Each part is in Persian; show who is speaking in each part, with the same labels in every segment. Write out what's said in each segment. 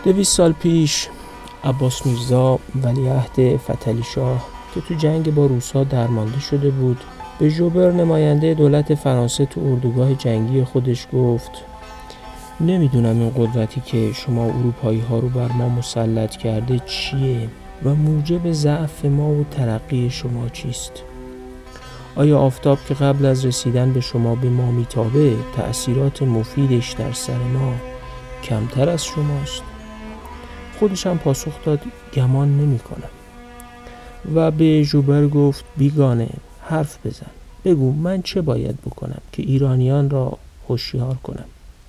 Speaker 1: 200 سال پیش عباس میرزا ولیعهد فتحعلی شاه که تو جنگ با روس‌ها درمانده شده بود به ژوبر نماینده دولت فرانسه تو اردوگاه جنگی خودش گفت نمیدونم این قدرتی که شما اروپایی ها رو بر ما مسلط کرده چیه و موجب ضعف ما و ترقی شما چیست؟ آیا آفتاب که قبل از رسیدن به شما به ما میتابه تأثیرات مفیدش در سر ما کمتر از شماست؟ خودش هم پاسخ داد گمان نمی کنم و به ژوبر گفت بیگانه حرف بزن، بگو من چه باید بکنم که ایرانیان را هوشیار کنم.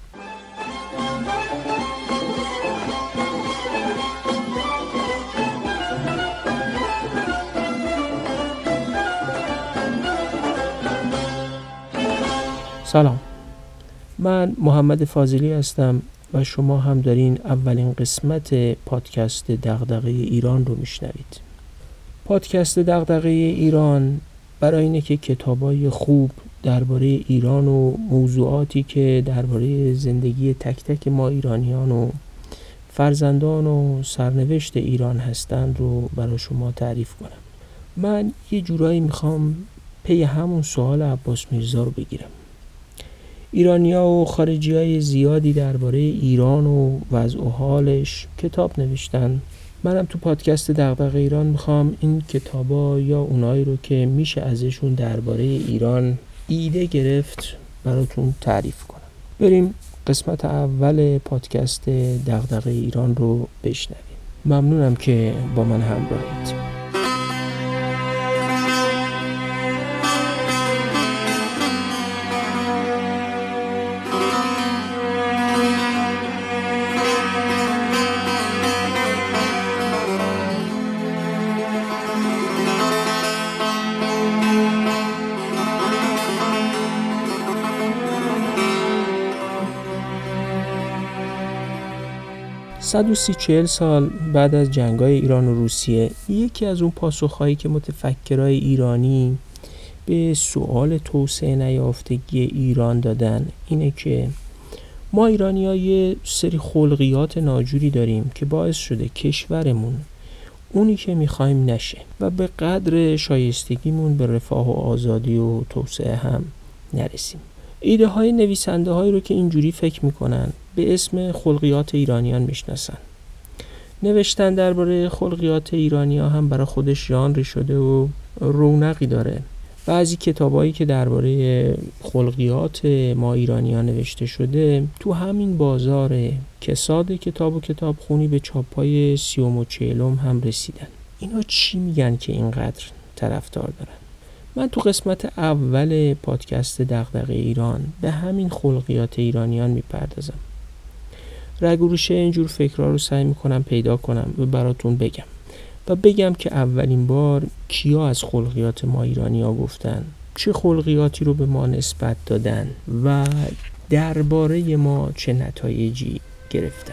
Speaker 1: سلام، من محمد فاضلی هستم و شما هم دارین اولین قسمت پادکست دغدغه ایران رو میشنوید. پادکست دغدغه ایران برای اینه که کتابای خوب درباره ایران و موضوعاتی که درباره زندگی تک تک ما ایرانیان و فرزندان و سرنوشت ایران هستند رو برای شما تعریف کنم. من یه جورایی میخوام پی همون سوال عباس میرزا رو بگیرم. ایرانی‌ها و خارجی‌های زیادی درباره ایران و وضع و حالش کتاب نوشتن. منم تو پادکست دغدغه ایران میخوام این کتابا یا اونایی رو که میشه ازشون درباره ایران ایده گرفت براتون تعریف کنم. بریم قسمت اول پادکست دغدغه ایران رو بشنویم. ممنونم که با من همراهید. سی سال بعد از جنگ‌های ایران و روسیه، یکی از اون پاسخ‌هایی که متفکرای ایرانی به سوال توسعه نیافتگی ایران دادن اینه که ما ایرانی‌ها یه سری خلقیات ناجوری داریم که باعث شده کشورمون اونی که می‌خوایم نشه و به قدر شایستگیمون به رفاه و آزادی و توسعه هم نرسیم. ایده های نویسنده هایی رو که اینجوری فکر میکنن به اسم خلقیات ایرانیان میشناسن. نوشتن درباره خلقیات ایرانیان هم برای خودش ژانری شده و رونقی داره. بعضی کتابایی که درباره خلقیات ما ایرانیان نوشته شده تو همین بازار کساد کتاب و کتابخونی به چاپای 30 و 40 هم رسیدن. اینا چی میگن که اینقدر طرفدار دارن؟ من تو قسمت اول پادکست دغدغه ایران به همین خلقیات ایرانیان میپردازم. رگ و ریشه اینجور فکرها رو سعی میکنم پیدا کنم و براتون بگم و بگم که اولین بار کیا از خلقیات ما ایرانی‌ها گفتن، چه خلقیاتی رو به ما نسبت دادن و درباره ما چه نتایجی گرفتن.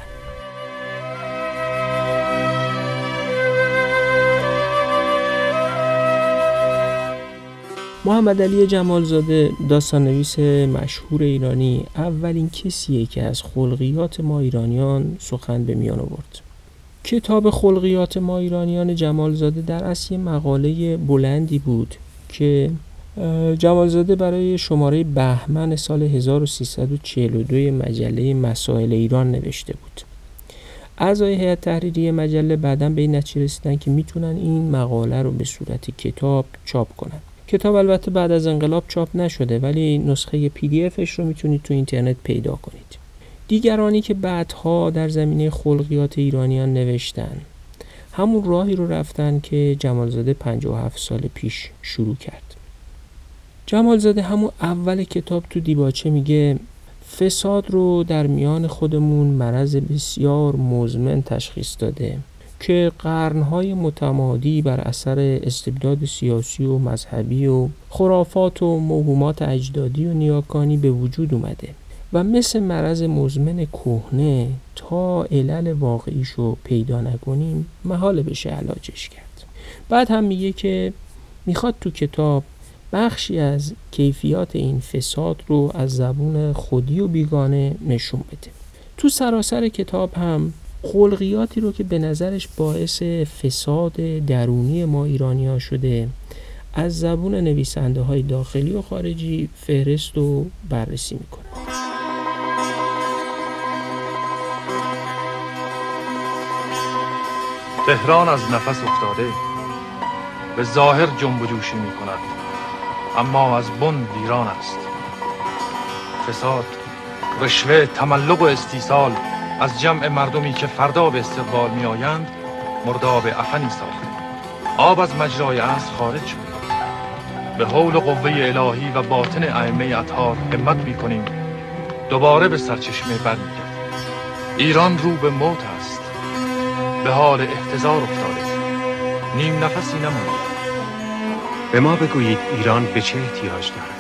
Speaker 1: محمد علی جمالزاده داستان‌نویس مشهور ایرانی اولین کسیه که از خلقیات ما ایرانیان سخن به میان آورد. کتاب خلقیات ما ایرانیان جمالزاده در اصل مقاله بلندی بود که جمالزاده برای شماره بهمن سال 1342 مجله مسائل ایران نوشته بود. اعضای هیئت تحریریه مجله بعداً به این نتیجه رسیدن که میتونن این مقاله رو به صورت کتاب چاپ کنن. کتاب البته بعد از انقلاب چاپ نشده ولی نسخه PDFش رو میتونید تو اینترنت پیدا کنید. دیگرانی که بعدها در زمینه خلقیات ایرانیان نوشتن همون راهی رو رفتن که جمالزاده 57 سال پیش شروع کرد. جمالزاده همون اول کتاب تو دیباچه میگه فساد رو در میان خودمون مرض بسیار مزمن تشخیص داده که قرن‌های متمادی بر اثر استبداد سیاسی و مذهبی و خرافات و موهومات اجدادی و نیاکانی به وجود اومده و مثل مرض مزمن کهنه تا علل واقعیشو پیدا نکنیم محال بشه علاجش کرد. بعد هم میگه که میخواد تو کتاب بخشی از کیفیات این فساد رو از زبون خودی و بیگانه نشون بده. تو سراسر کتاب هم خلقیاتی رو که به نظرش باعث فساد درونی ما ایرانی‌ها شده از زبون نویسنده های داخلی و خارجی فهرست و بررسی میکنه.
Speaker 2: تهران از نفس افتاده، به ظاهر جنب و جوشی می کند، اما از بن ویران است. فساد، رشوه، تملق و استیصال از جمع مردمی که فردا به استقبال می آیند مرداب افنی ساخته. آب از مجرای اصل خارج شد. به حول و قوه الهی و باطن ائمه اطهار همت می کنیم دوباره به سرچشمه برمیگردیم. ایران رو به موت است، به حال احتضار افتاده، نیم نفسی نمانده.
Speaker 3: به ما بگویید ایران به چه احتیاج دارد؟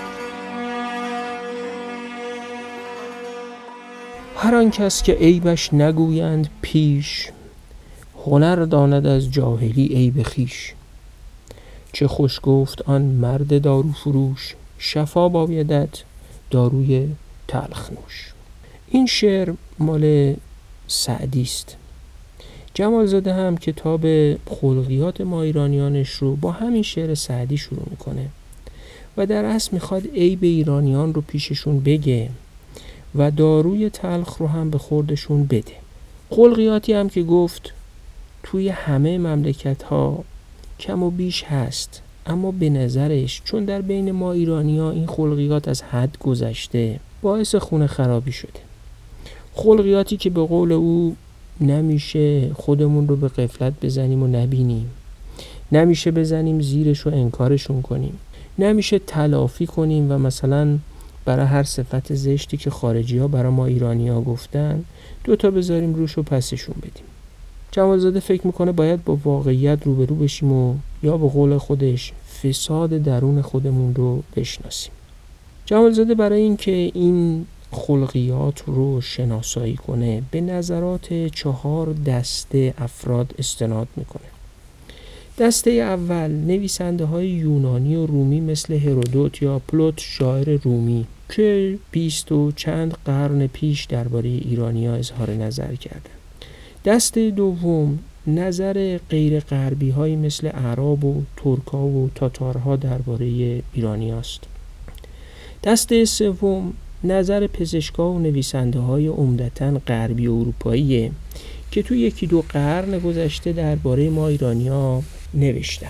Speaker 1: هر آن کس که عیبش نگویند پیش، هنر داند از جاهلی عیب خویش. چه خوش گفت آن مرد دارو فروش، شفا بایدت داروی تلخ نوش. این شعر مال سعدی است. جمالزاده هم کتاب خلقیات ما ایرانیانش رو با همین شعر سعدی شروع میکنه و در اصل میخواد عیب ایرانیان رو پیششون بگه و داروی تلخ رو هم به خوردشون بده. خلقیاتی هم که گفت توی همه مملکت ها کم و بیش هست، اما به نظرش چون در بین ما ایرانی ها این خلقیات از حد گذشته باعث خونه خرابی شده. خلقیاتی که به قول او نمیشه خودمون رو به غفلت بزنیم و نبینیم، نمیشه بزنیم زیرش و انکارشون کنیم، نمیشه تلافی کنیم و مثلا برای هر صفت زشتی که خارجی ها برای ما ایرانی ها گفتن دوتا بذاریم روش و پسشون بدیم. جمالزاده فکر میکنه باید با واقعیت روبرو بشیم و یا به قول خودش فساد درون خودمون رو بشناسیم. جمالزاده برای اینکه این خلقیات رو شناسایی کنه به نظرات 4 دسته افراد استناد میکنه. دسته اول نویسنده های یونانی و رومی مثل هرودوت یا پلوت شاعر رومی که 20 و چند قرن پیش درباره ایرانی‌ها اظهار نظر کردند. دسته دوم نظر غیر غربی های مثل اعراب و ترکا و تاتارها درباره ایرانی است. دسته سوم نظر پزشکا و نویسنده های عمدتاً غربی و اروپاییه که تو 1-2 قرن گذشته درباره ما ایرانی‌ها نوشتن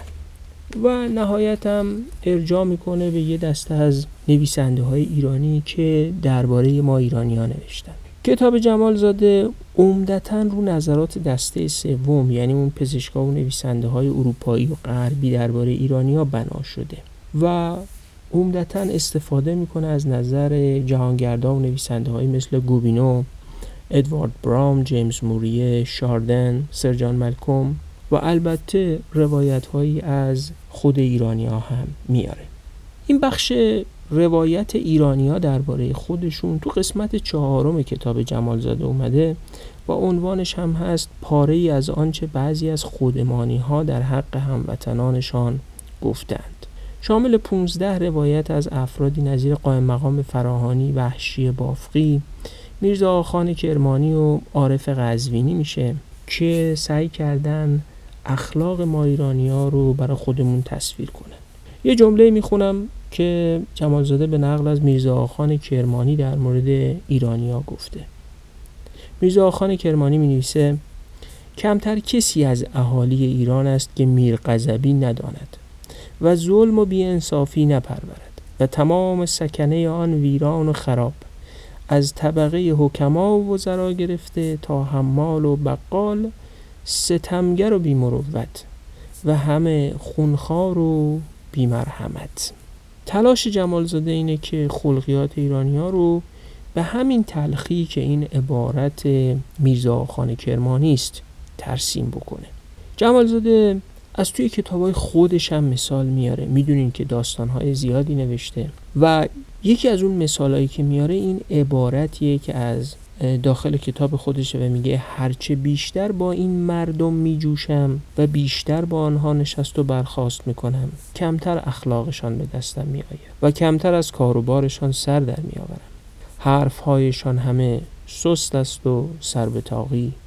Speaker 1: و نهایت هم ارجاع میکنه به یه دسته از نویسنده های ایرانی که درباره ما ایرانی‌ها نوشتن. کتاب جمالزاده عمدتاً رو نظرات دسته سوم یعنی اون پزشکا و نویسنده های اروپایی و غربی درباره ایرانی‌ها بنا شده و عمدتاً استفاده میکنه از نظر جهانگردا و نویسنده های مثل گوبینو، ادوارد براون، جیمز موریه، شاردن، سر جان مالکوم و البته روایت هایی از خود ایرانی ها هم میاره. این بخش روایت ایرانی ها درباره خودشون تو قسمت 4 کتاب جمالزاده اومده و عنوانش هم هست پاره ای از آنچه بعضی از خودمانی ها در حق هموطنانشان گفتند. شامل 15 روایت از افرادی نظیر قائم مقام فراهانی، وحشی بافقی، میرزا آخان کرمانی و عارف قزوینی میشه که سعی کردن اخلاق ما ایرانی‌ها رو برای خودمون تصویر کنن. یه جمله میخونم که جمالزاده به نقل از میرزا آخان کرمانی در مورد ایرانی‌ها گفته. میرزا آخان کرمانی می‌نویسه کمتر کسی از اهالی ایران است که میرغضبی نداند و ظلم و بی‌انصافی نپرورد و تمام سکنه آن ویران و خراب از طبقه حکما و وزرا گرفته تا حمال و بقال ستمگر و بی‌مروت و همه خونخوار و بی‌مرحمت. تلاش جمالزاده اینه که خلقیات ایرانی‌ها رو به همین تلخی که این عبارت میرزا آخان کرمانی است ترسیم بکنه. جمالزاده از توی کتابای خودش هم مثال میاره. میدونین که داستانهای زیادی نوشته و یکی از اون مثالایی که میاره این عبارتیه که از داخل کتاب خودشه و میگه هرچه بیشتر با این مردم میجوشم و بیشتر با آنها نشست و برخاست میکنم کمتر اخلاقشان به دستم میآید و کمتر از کار و بارشان سر در میآورم. حرفهایشان همه سست است و سر به طاقی،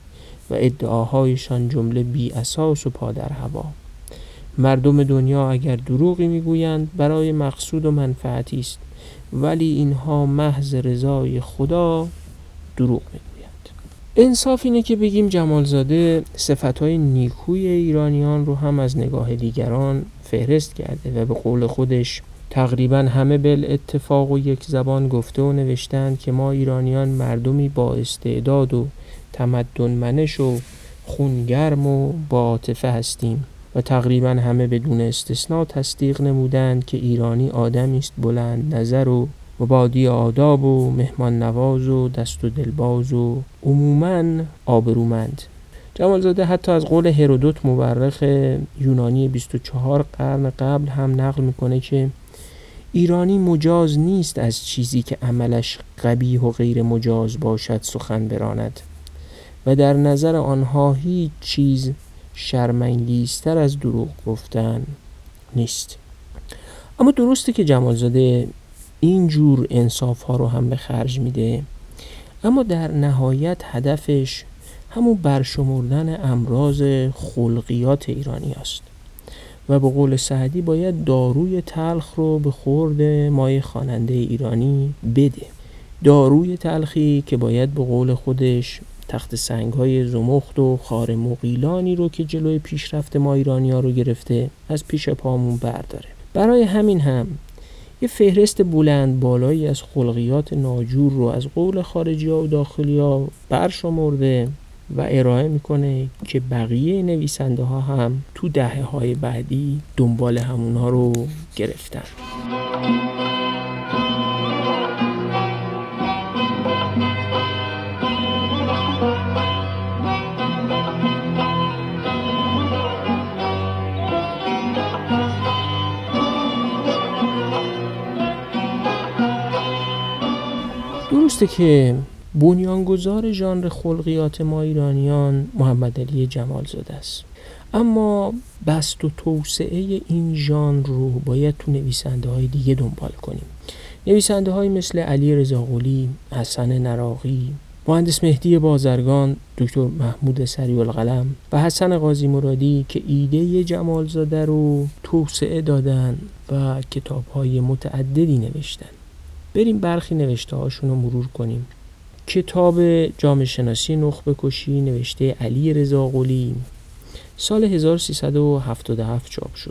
Speaker 1: و ادعاهایشان جمله بی اساس و پادر هوا. مردم دنیا اگر دروغی میگویند برای مقصود و منفعتی است، ولی اینها محض رضای خدا دروغ میگویند. انصاف اینه که بگیم جمالزاده صفتهای نیکوی ایرانیان رو هم از نگاه دیگران فهرست کرده و به قول خودش تقریبا همه بالاتفاق و یک زبان گفته و نوشتند که ما ایرانیان مردمی با استعداد و تمدن منش و خونگرم و با عاطفه هستیم و تقریبا همه بدون استثناء تصدیق نمودند که ایرانی آدمی است بلند نظر و مبادی آداب و مهمان نواز و دست و دلباز و عموماً آبرومند. جمالزاده حتی از قول هرودوت مورخ یونانی 24 قرن قبل هم نقل میکنه که ایرانی مجاز نیست از چیزی که عملش قبیح و غیر مجاز باشد سخن براند و در نظر آنها هیچ چیز شرم‌انگیزتر از دروغ گفتن نیست. اما درسته که جمالزاده این جور انصاف ها رو هم به خرج میده، اما در نهایت هدفش همون برشمردن امراض خلقیات ایرانی است و به قول سعدی باید داروی تلخ رو به خورد مای خواننده ایرانی بده. داروی تلخی که باید به قول خودش تخت سنگ‌های زمخت و خار مغیلانی رو که جلوی پیشرفت ما ایرانی‌ها رو گرفته از پیش پامون برداره. برای همین هم یه فهرست بلند بالایی از خلقیات ناجور رو از قول خارجی‌ها و داخلی‌ها برشمرده و ارائه میکنه که بقیه نویسنده ها هم تو دهه‌های بعدی دنبال همونها رو گرفتن. درسته که بنیانگذار ژانر خلقیات ما ایرانیان محمد علی جمالزاده است، اما بسط و توسعه این ژانر رو باید تو نویسنده های دیگه دنبال کنیم. نویسنده های مثل علی رضاقلی، حسن نراقی، مهندس مهدی بازرگان، دکتر محمود سریع‌القلم و حسن قاضی مرادی که ایده جمالزاده رو توسعه دادن و کتاب‌های متعددی نوشتن. بریم برخی نوشته هاشون رو مرور کنیم. کتاب جامعه شناسی نخبه کشی نوشته علی رضاقلی سال 1377 چاپ شد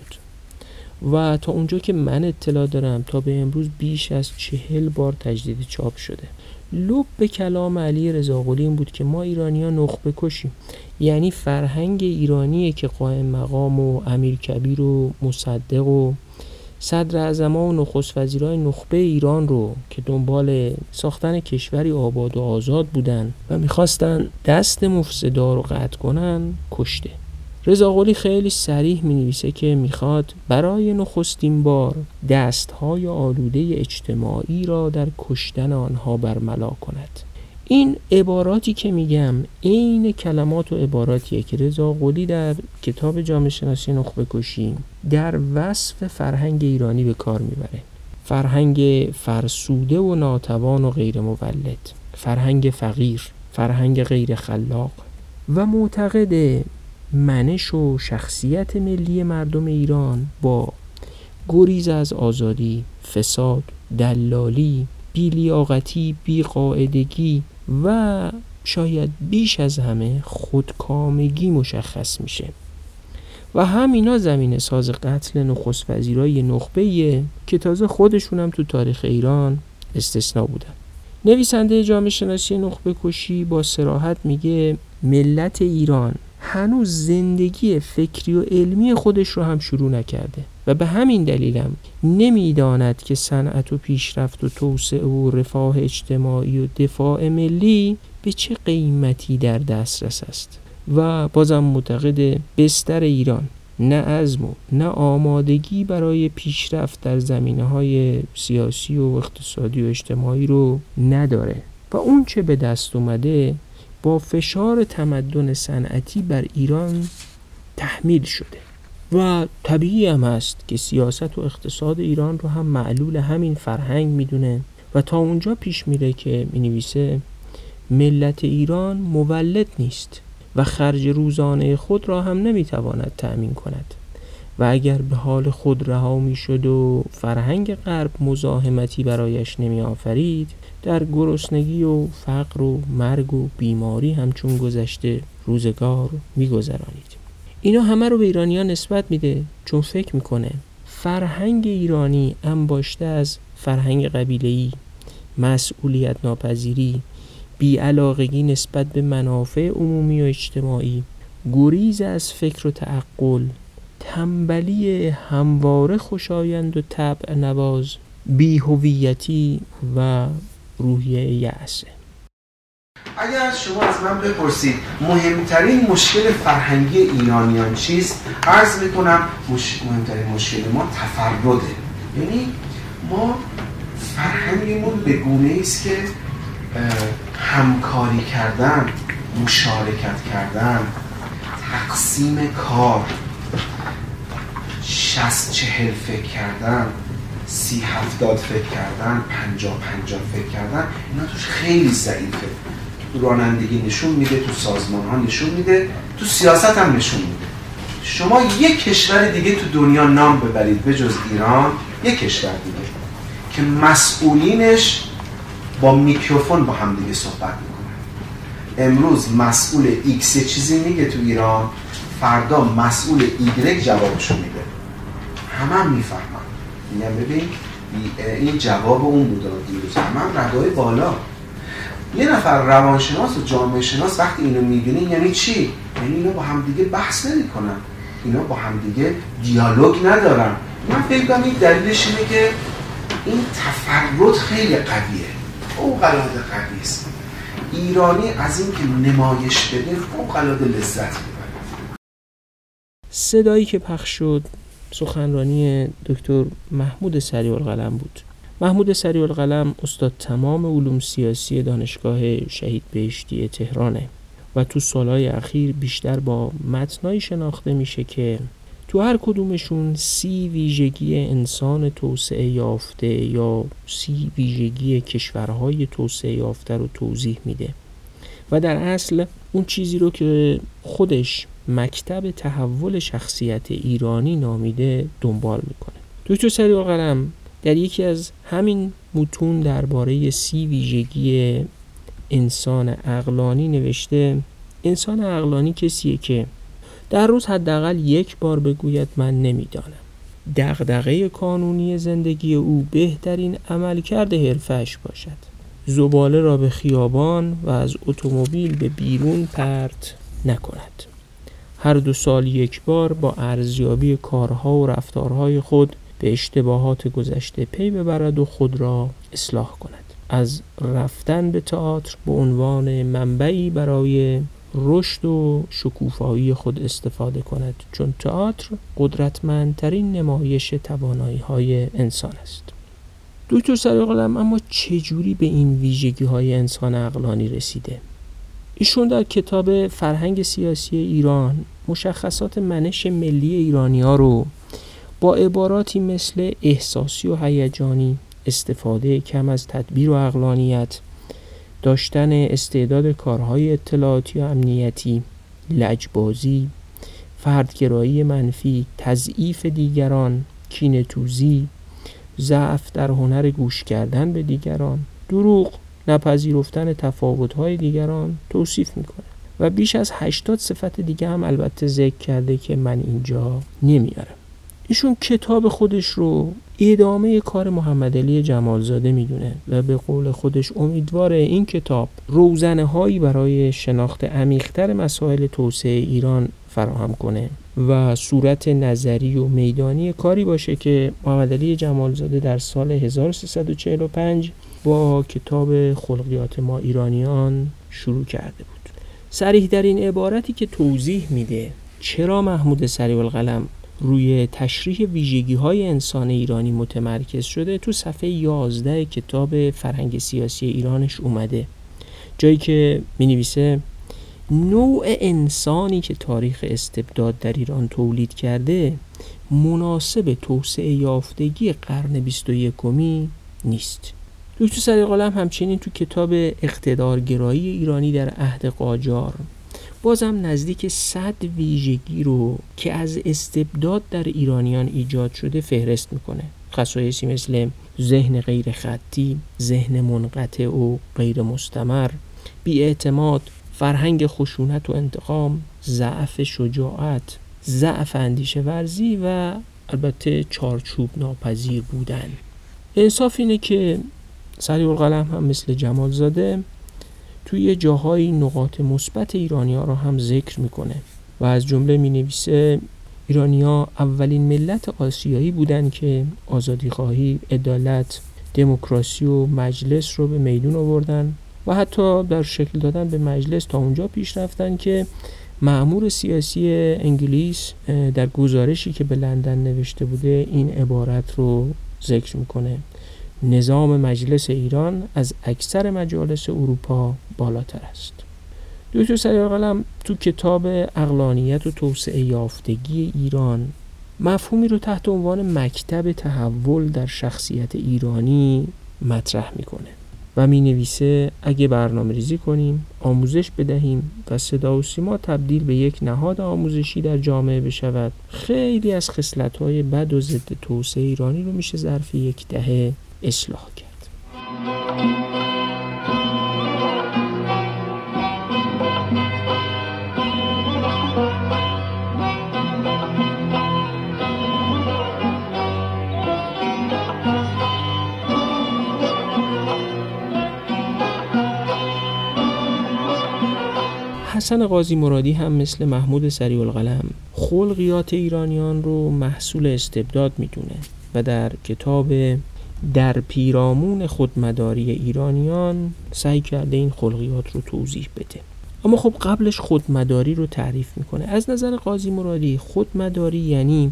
Speaker 1: و تا اونجا که من اطلاع دارم تا به امروز بیش از 40 بار تجدید چاپ شده. لب کلام علی رضاقلی این بود که ما ایرانیان نخبه کشیم، یعنی فرهنگ ایرانیه که قائم مقام و امیرکبیر و مصدق و صدر اعظما و نخست وزیرای نخبه ایران رو که دنبال ساختن کشوری آباد و آزاد بودن و میخواستن دست مفسدا رو قطع کنن کشته. رضاقلی خیلی صریح مینویسه که میخواد برای نخستین بار دستهای آلوده اجتماعی را در کشتن آنها برملا کند. این عباراتی که میگم عین کلمات و عباراتیه که رضاقلی در کتاب جامعه شناسی نخبه کشی در وصف فرهنگ ایرانی به کار میبره. فرهنگ فرسوده و ناتوان و غیر مولد، فرهنگ فقیر، فرهنگ غیر خلاق و معتقد منش و شخصیت ملی مردم ایران با گریز از آزادی، فساد، دلالی، بی‌لیاقتی، بی‌قاعدگی و شاید بیش از همه خودکامگی مشخص میشه و همینا زمینه ساز قتل نخست وزیرای نخبه‌ایه که تازه خودشون هم تو تاریخ ایران استثناء بودن. نویسنده جامعه شناسی نخبه کشی با صراحت میگه ملت ایران هنوز زندگی فکری و علمی خودش رو هم شروع نکرده و به همین دلیلم نمیداند که صنعت و پیشرفت و توسعه و رفاه اجتماعی و دفاع ملی به چه قیمتی در دسترس است و بازم معتقد بستر ایران نه عزم و نه آمادگی برای پیشرفت در زمینه‌های سیاسی و اقتصادی و اجتماعی رو نداره و اون چه به دست اومده با فشار تمدن صنعتی بر ایران تحمیل شده و طبیعی هم هست که سیاست و اقتصاد ایران رو هم معلول همین فرهنگ میدونه و تا اونجا پیش میره که مینویسه ملت ایران مولد نیست، و خرج روزانه خود را هم نمیتواند تأمین کند و اگر به حال خود رها میشد و فرهنگ غرب مزاحمتی برایش نمی آفرید، در گرسنگی و فقر و مرگ و بیماری همچون گذشته روزگار میگذرانید. اینا همه رو به ایرانیان نسبت میده، چون فکر میکنه فرهنگ ایرانی انباشته از فرهنگ قبیله‌ای، مسئولیت ناپذیری، بی‌علاقگی نسبت به منافع عمومی و اجتماعی، گریز از فکر و تعقل، تنبلی همواره خوشایند و طبع نواز، بی‌هویتی و روحیه یأسه.
Speaker 4: اگر از شما از من بپرسید مهمترین مشکل فرهنگی ایرانیان چیست، عرض میکنم مهمترین مشکل ما تفرده. یعنی ما فرهنگمون به گونه‌ای است که همکاری کردن، مشارکت کردن، تقسیم کار، 60-40 فکر کردن، 30-70 فکر کردن، 50-50 فکر کردن، اینا توش خیلی ضعیفه. تو رانندگی نشون میده، تو سازمان ها نشون میده، تو سیاست هم نشون میده. شما یک کشور دیگه تو دنیا نام ببرید به جز ایران، یک کشور دیگه که مسئولینش با میکروفون با هم دیگه صحبت میکنن. امروز مسئول ایکس چیزی میگه تو ایران، فردا مسئول ایگرگ جوابشو میده. همه میفهمن، میگم ببین این جواب اون بوده دیروز. همه ردای بالا. یه نفر روانشناس و جامعه شناس وقتی اینو میبینه یعنی چی؟ یعنی اینا با هم دیگه بحث نمیکنن، اینا با هم دیگه دیالوگ ندارن. من فکر کنم این دلیلش اینه که این تفرد خیلی قویه، فوق‌العاده قوی است. ایرانی از این که نمایش بده فوق‌العاده لذت میبره.
Speaker 1: صدایی که پخش شد سخنرانی دکتر محمود سریع‌القلم بود. محمود سریع‌القلم استاد تمام علوم سیاسی دانشگاه شهید بهشتی تهرانه و تو سالهای اخیر بیشتر با متنایی شناخته میشه که تو هر کدومشون 30 ویژگی انسان توسعه یافته یا 30 ویژگی کشورهای توسعه یافته رو توضیح میده و در اصل اون چیزی رو که خودش مکتب تحول شخصیت ایرانی نامیده دنبال میکنه. دکتر سریع‌القلم در یکی از همین متون درباره 30 ویژگی انسان عقلانی نوشته انسان عقلانی کسیه که در روز حداقل یک بار بگوید من نمیدانم. دغدغه کانونی زندگی او بهترین عملکرد حرفه‌اش باشد. زباله را به خیابان و از اتومبیل به بیرون پرت نکند. هر 2 سال یک بار با ارزیابی کارها و رفتارهای خود به اشتباهات گذشته پی ببرد و خود را اصلاح کند. از رفتن به تئاتر به عنوان منبعی برای رشد و شکوفایی خود استفاده کند، چون تئاتر قدرتمندترین نمایش توانایی‌های انسان است. دکتر سریع‌القلم اما چجوری به این ویژگی‌های انسان عقلانی رسیده؟ ایشون در کتاب فرهنگ سیاسی ایران مشخصات منش ملی ایرانی‌ها رو با عباراتی مثل احساسی و هیجانی، استفاده کم از تدبیر و عقلانیت، داشتن استعداد کارهای اطلاعاتی و امنیتی، لجبازی، فردگرایی منفی، تضعیف دیگران، کینه‌توزی، ضعف در هنر گوش کردن به دیگران، دروغ، نپذیرفتن تفاوت‌های دیگران توصیف میکنه و بیش از 80 صفت دیگه هم البته ذکر کرده که من اینجا نمیارم. ایشون کتاب خودش رو ادامه کار محمدعلی جمالزاده میدونه و به قول خودش امیدواره این کتاب روزنه‌هایی برای شناخت عمیق‌تر مسائل توسعه ایران فراهم کنه و صورت نظری و میدانی کاری باشه که محمدعلی جمالزاده در سال 1345 با کتاب خلقیات ما ایرانیان شروع کرده بود. صریح در این عبارتی که توضیح میده چرا محمود سریع‌القلم روی تشریح ویژگی‌های انسان ایرانی متمرکز شده تو صفحه 11 کتاب فرهنگ سیاسی ایرانش اومده، جایی که می‌نویسه نوع انسانی که تاریخ استبداد در ایران تولید کرده مناسب توسعه یافتگی قرن 21 نیست. دکتر سریع‌القلم همچنین تو کتاب اقتدارگرایی ایرانی در عهد قاجار بازم نزدیک 100 ویژگی رو که از استبداد در ایرانیان ایجاد شده فهرست میکنه. خصایصی مثل ذهن غیر خطی، ذهن منقطع و غیر مستمر، بی‌اعتماد، فرهنگ خشونت و انتقام، ضعف شجاعت، ضعف اندیشه ورزی و البته چارچوب ناپذیر بودن. انصاف اینه که سریع‌القلم هم مثل جمالزاده توی جاهای نقاط مثبت ایرانی‌ها رو هم ذکر میکنه و از جمله مینویسه ایرانی‌ها اولین ملت آسیایی بودن که آزادیخواهی، عدالت، دموکراسی و مجلس رو به میدون آوردن و حتی در شکل دادن به مجلس تا اونجا پیش رفتن که مأمور سیاسی انگلیس در گزارشی که به لندن نوشته بوده این عبارت رو ذکر میکنه: نظام مجلس ایران از اکثر مجالس اروپا بالاتر است. دکتر سریع‌القلم تو کتاب عقلانیت و توسعه یافتگی ایران مفهومی رو تحت عنوان مکتب تحول در شخصیت ایرانی مطرح میکنه و می نویسه اگه برنامه ریزی کنیم، آموزش بدهیم و صدا و سیما تبدیل به یک نهاد آموزشی در جامعه بشود، خیلی از خصلت‌های بد و ضد توسعه ایرانی رو میشه ظرف یک دهه اصلاح کرد. حسن قاضی مرادی هم مثل محمود سریع‌القلم خلقیات ایرانیان رو محصول استبداد میدونه و در کتاب در پیرامون خودمداری ایرانیان سعی کرده این خلقیات رو توضیح بده. اما خب قبلش خودمداری رو تعریف میکنه. از نظر قاضی مرادی خودمداری یعنی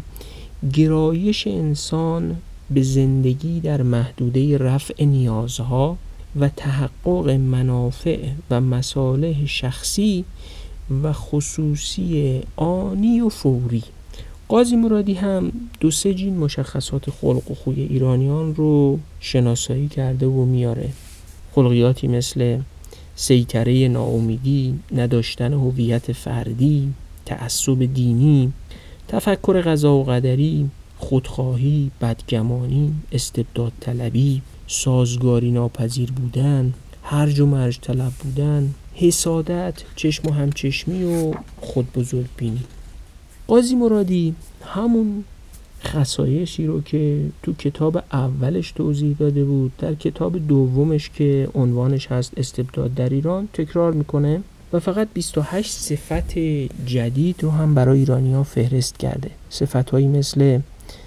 Speaker 1: گرایش انسان به زندگی در محدوده رفع نیازها و تحقق منافع و مصالح شخصی و خصوصی آنی و فوری. قاضی مرادی هم 2-3 جین مشخصات خلق و خوی ایرانیان رو شناسایی کرده و میاره. خلقیاتی مثل سیطره ناامیدی، نداشتن هویت فردی، تعصب دینی، تفکر قضا و قدری، خودخواهی، بدگمانی، استبداد طلبی، سازگاری ناپذیر بودن، هرج و مرج طلب بودن، حسادت، چشم و همچشمی و خود بزرگ بینی. قاضی مرادی همون خصایصی رو که تو کتاب اولش توضیح داده بود در کتاب دومش که عنوانش هست استبداد در ایران تکرار میکنه و فقط 28 صفت جدید رو هم برای ایرانی‌ها فهرست کرده. صفت‌هایی مثل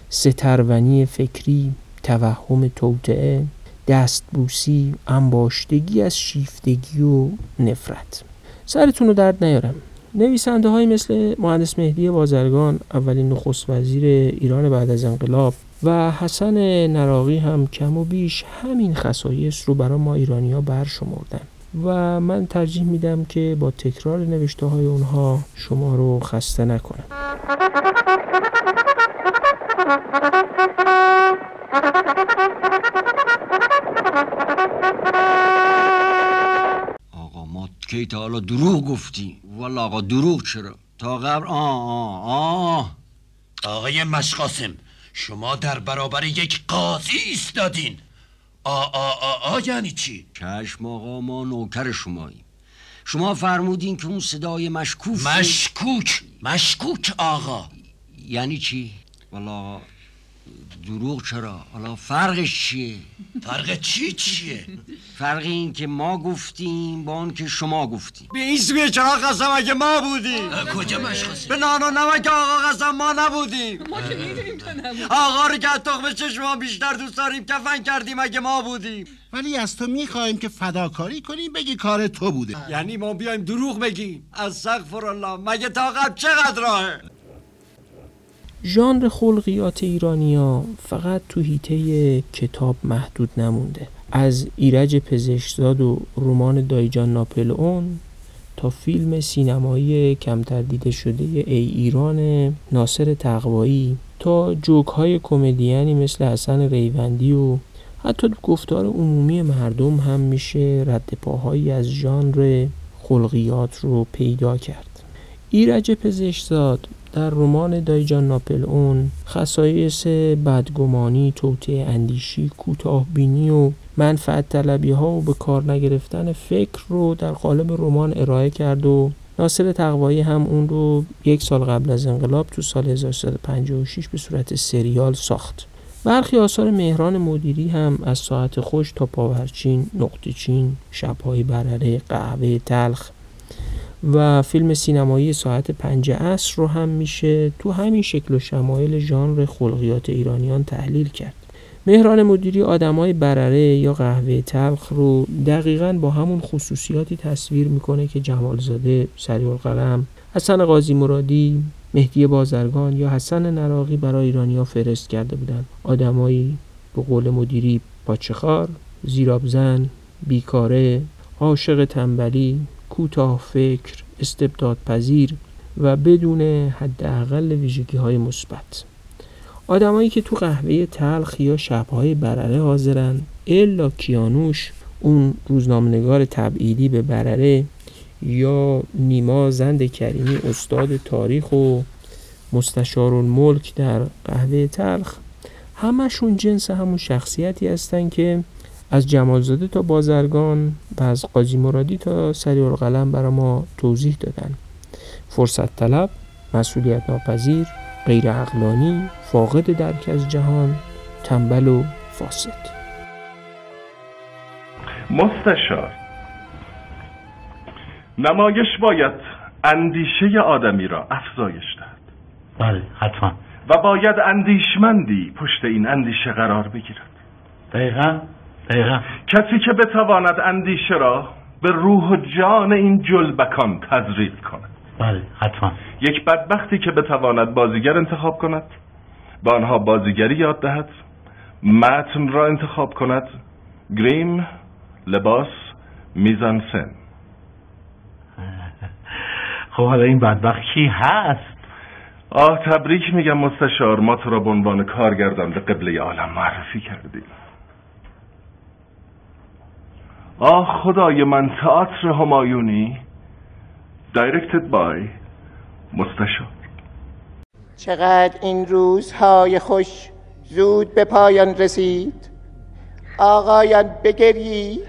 Speaker 1: سترونی فکری، توهم توطئه، دستبوسی، انباشتگی از شیفتگی و نفرت. سرتون رو درد نیارم. نویسنده های مثل مهندس مهدی بازرگان، اولین نخست وزیر ایران بعد از انقلاب، و حسن نراقی هم کم و بیش همین خصایص رو برای ما ایرانی‌ها برشمردن و من ترجیح میدم که با تکرار نوشته های اونها شما رو خسته نکنم.
Speaker 5: آقا ما کی تا حالا دروغ گفتی؟ والا آقا دروغ چرا؟ تا قبل
Speaker 6: آقای مشقاسم، شما در برابر یک قاضی ایستادین. یعنی چی؟
Speaker 5: چشم آقا، ما نوکر شماییم. شما فرمودین که اون صدای
Speaker 6: مشکوک آقا.
Speaker 5: یعنی چی؟ والا دروغ چرا؟ حالا فرقش چیه؟
Speaker 6: فرق چیه؟
Speaker 5: فرق این که ما گفتیم با اون که شما گفتیم. به این سویه چرا قسم اگه ما بودیم؟
Speaker 6: کجا مشخصه؟
Speaker 5: به نان و نمک آقا قسم ما نبودیم.
Speaker 7: ما که میدونیم تو نبودیم.
Speaker 5: آقا رو که تخم چشما بیشتر دوست داریم کفن کردیم اگه ما بودیم.
Speaker 8: ولی از تو میخوایم که فداکاری کنیم بگی کار تو بوده.
Speaker 5: یعنی ما بیایم دروغ بگیم؟ استغفرالله، مگه تا قبل چقدر راهه؟
Speaker 1: ژانر خلقیات ایرانی‌ها فقط تو حیطه کتاب محدود نمونده. از ایرج پزشکزاد و رمان دایجان ناپلئون تا فیلم سینمایی کمتر دیده شده ای ایران ناصر تقوایی تا جوک‌های کمدیانی مثل حسن ریوندی و حتی گفتار عمومی مردم هم میشه رد پاهایی از ژانر خلقیات رو پیدا کرد. ایرج پزشکزاد در رمان دایجان ناپلئون خصایص بدگمانی، توطئه اندیشی، کوتاه‌بینی و منفعت طلبی ها و به کار نگرفتن فکر رو در قالب رمان ارائه کرد و ناصر تقوایی هم اون رو 1 سال قبل از انقلاب تو سال 1356 به صورت سریال ساخت. برخی آثار مهران مدیری هم از ساعت خوش تا پاورچین، نقطه چین، شب‌های برره، قهوه تلخ و فیلم سینمایی ساعت 5 عصر رو هم میشه تو همین شکل و شمایل ژانر خلقیات ایرانیان تحلیل کرد. مهران مدیری آدمای برره یا قهوه تلخ رو دقیقاً با همون خصوصیاتی تصویر میکنه که جمالزاده، سریع‌القلم، حسن قاضی مرادی، مهدی بازرگان یا حسن نراقی برای ایرانی‌ها فهرست کرده بودن. آدمایی به قول مدیری پاچه‌خوار، زیرآبزن، بیکاره، عاشق تنبلی، کوتاه فکر، استبداد پذیر و بدون حداقل ویژگی‌های مثبت. آدمایی که تو قهوه تلخ یا شب‌های برره حاضرن، الا کیانوش، اون روزنامه‌نگار تبعیدی به برره، یا نیما زند کریمی استاد تاریخ و مستشارالملک در قهوه تلخ، همشون جنس همون شخصیتی هستن که از جمالزاده تا بازرگان و از قاضی مرادی تا سریع‌القلم برای ما توضیح دادن. فرصت طلب، مسئولیت ناپذیر، غیر عقلانی، فاقد درک از جهان، تنبل و فاسد.
Speaker 7: مستشار، نمایش باید اندیشه آدمی را افزایش دهد.
Speaker 9: بله حتما.
Speaker 7: و باید اندیشمندی پشت این اندیشه قرار بگیرد.
Speaker 9: دقیقا.
Speaker 7: کسی که بتواند اندیشه را به روح و جان این جلبکان تزریق کند.
Speaker 9: بله حتما.
Speaker 7: یک بدبختی که بتواند بازیگر انتخاب کند، با آنها بازیگری یاد دهد، متن را انتخاب کند، گریم، لباس، میزانسن.
Speaker 9: خب حالا این بدبخت کی هست؟
Speaker 7: تبریک میگم مستشار، ما تو را به عنوان کارگردان به قبله عالم معرفی کردیم. خدای من، تئاتر همایونی، directed by مستشار.
Speaker 10: چقدر این روزهای خوش زود به پایان رسید. آقایان بگریید.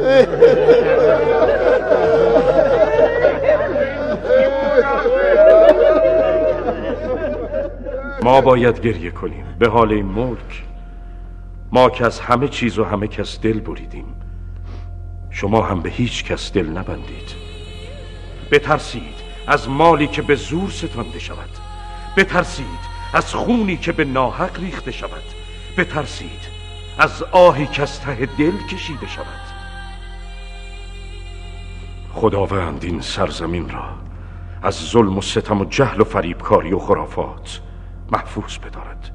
Speaker 6: ما باید گریه کنیم به حال این ملک. ما که از همه چیز و همه کس دل بریدیم، شما هم به هیچ کس دل نبندید. بترسید از مالی که به زور ستانده شود، بترسید از خونی که به ناحق ریخته شود، بترسید از آهی که از ته دل کشیده شود. خداوند این سرزمین را از ظلم و ستم و جهل و فریبکاری و خرافات محفوظ بدارد.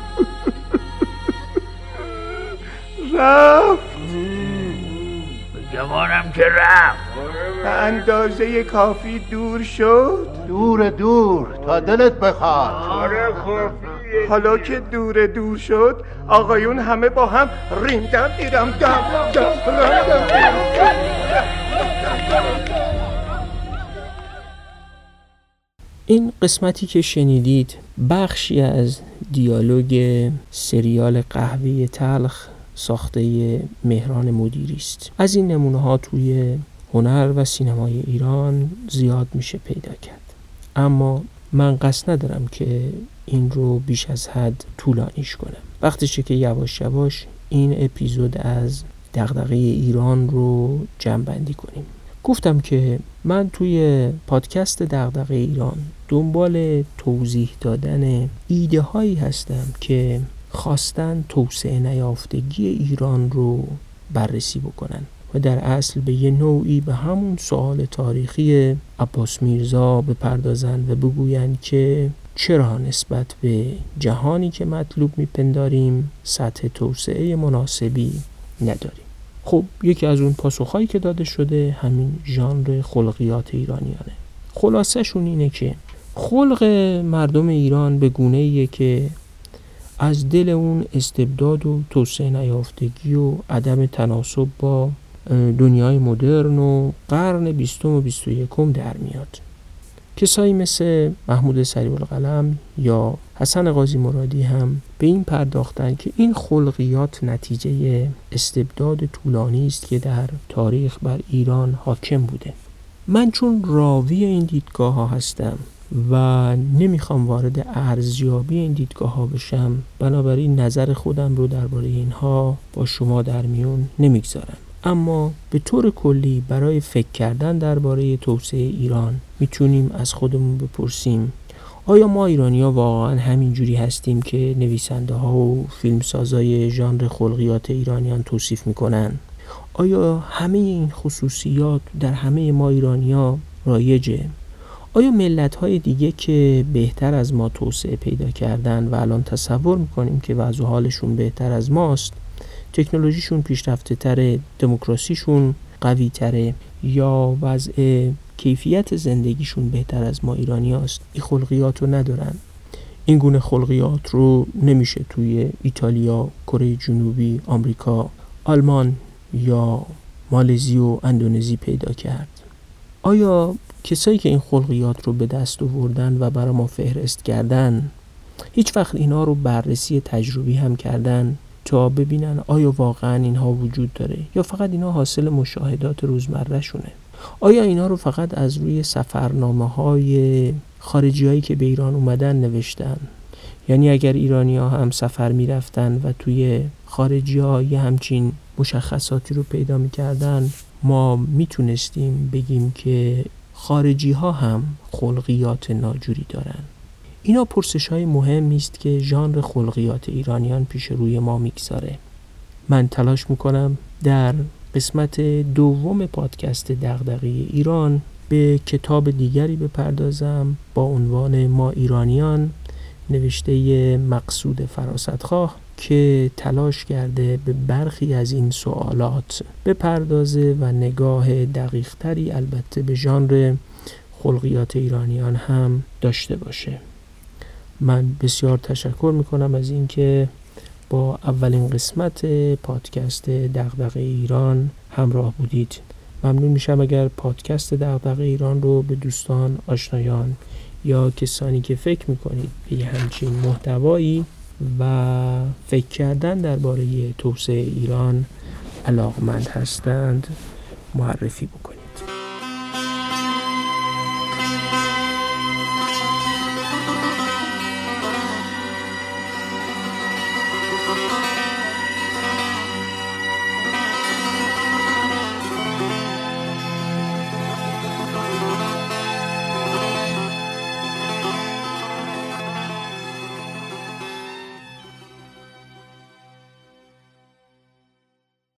Speaker 10: رفت
Speaker 11: جوانم که رفت،
Speaker 10: به اندازه کافی دور شد.
Speaker 8: دور تا دلت بخواد.
Speaker 11: آره کافیه.
Speaker 10: حالا که دور شد، آقایون همه با هم ریمدم دیرم دم.
Speaker 1: این قسمتی که شنیدید بخشی از دیالوگ سریال قهوه تلخ ساخته مهران مدیری است. از این نمونه ها توی هنر و سینمای ایران زیاد میشه پیدا کرد، اما من قصد ندارم که این رو بیش از حد طولانیش کنم. وقتشه که یواش یواش این اپیزود از دغدغه ایران رو جمع‌بندی کنیم. گفتم که من توی پادکست دغدغه ایران دنبال توضیح دادن ایده هایی هستم که خواستن توسعه نیافتگی ایران رو بررسی بکنن و در اصل به یه نوعی به همون سوال تاریخی عباس میرزا بپردازن و بگوین که چرا نسبت به جهانی که مطلوب میپنداریم سطح توسعه مناسبی نداریم. خب یکی از اون پاسخهایی که داده شده همین ژانر خلقیات ایرانیانه. خلاصه‌شون اینه که خلق مردم ایران به گونه‌ایه که از دل اون استبداد و توسعه نیافتگی و عدم تناسب با دنیای مدرن و قرن 20 و 21 در میاد. کسایی مثل محمود سریع‌القلم یا حسن قاضی مرادی هم به این پرداختن که این خلقیات نتیجه استبداد طولانی است که در تاریخ بر ایران حاکم بوده. من چون راوی این دیدگاه ها هستم و نمیخوام وارد ارزیابی این دیدگاه ها بشم، بنابراین نظر خودم رو درباره اینها با شما در میون نمیگذارم. اما به طور کلی برای فکر کردن درباره توسعه ایران میتونیم از خودمون بپرسیم آیا ما ایرانی‌ها واقعا همین جوری هستیم که نویسنده ها و فیلمسازای ژانر خلقیات ایرانیان توصیف میکنن؟ آیا همه این خصوصیات در همه ما ایرانی‌ها رایجه؟ آیا ملت‌های دیگه که بهتر از ما توسعه پیدا کردن و الان تصور میکنیم که وضع و حالشون بهتر از ماست، تکنولوژیشون پیشرفته تره، دموکراسیشون قوی تره یا وضع کیفیت زندگیشون بهتر از ما ایرانی هست، این خلقیات رو ندارن؟ این گونه خلقیات رو نمیشه توی ایتالیا، کره جنوبی، آمریکا، آلمان یا مالزی و اندونزی پیدا کرد. آیا کسایی که این خلقیات رو به دست آوردن و برای ما فهرست کردن هیچ وقت اینا رو بررسی تجربی هم کردن تا ببینن آیا واقعا اینها وجود داره یا فقط اینا حاصل مشاهدات روزمره شونه؟ آیا اینا رو فقط از روی سفرنامه‌های خارجیایی که به ایران اومدن نوشتن؟ یعنی اگر ایرانی‌ها هم سفر می‌رفتن و توی خارجی‌ها یه همچین مشخصاتی رو پیدا می‌کردن، ما میتونستیم بگیم که خارجی‌ها هم خلقیات ناجوری دارن. اینا پرسش‌های مهمی است که ژانر خلقیات ایرانیان پیش روی ما میگذاره. من تلاش میکنم در قسمت دوم پادکست دغدغه ایران به کتاب دیگری بپردازم با عنوان ما ایرانیان، نوشته مقصود فراستخواه، که تلاش کرده به برخی از این سوالات بپردازه و نگاه دقیق‌تری البته به ژانر خلقیات ایرانیان هم داشته باشه. من بسیار تشکر میکنم از اینکه با اولین قسمت پادکست دغدغه ایران همراه بودید. ممنون میشم اگر پادکست دغدغه ایران رو به دوستان، آشنایان یا کسانی که فکر میکنید به همچین محتوایی و فکر کردن درباره توسعه ایران علاقمند هستند معرفی بکنید.